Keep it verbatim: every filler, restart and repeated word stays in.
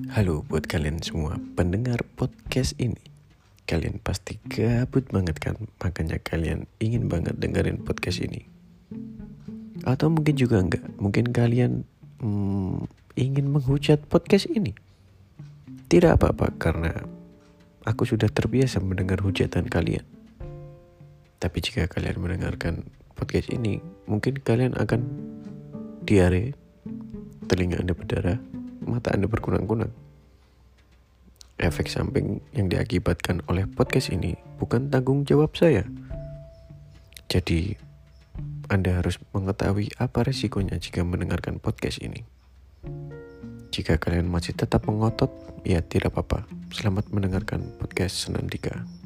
Halo buat kalian semua pendengar podcast ini. Kalian pasti gabut banget kan, makanya kalian ingin banget dengerin podcast ini. Atau mungkin juga enggak, mungkin kalian hmm, ingin menghujat podcast ini. Tidak apa-apa karena aku sudah terbiasa mendengar hujatan kalian. Tapi jika kalian mendengarkan podcast ini, mungkin kalian akan diare, telinga Anda berdarah, mata Anda berkunang-kunang. Efek samping yang diakibatkan oleh podcast ini bukan tanggung jawab saya. Jadi, Anda harus mengetahui apa resikonya jika mendengarkan podcast ini. Jika kalian masih tetap mengotot, ya tidak apa-apa. Selamat mendengarkan podcast Senandika.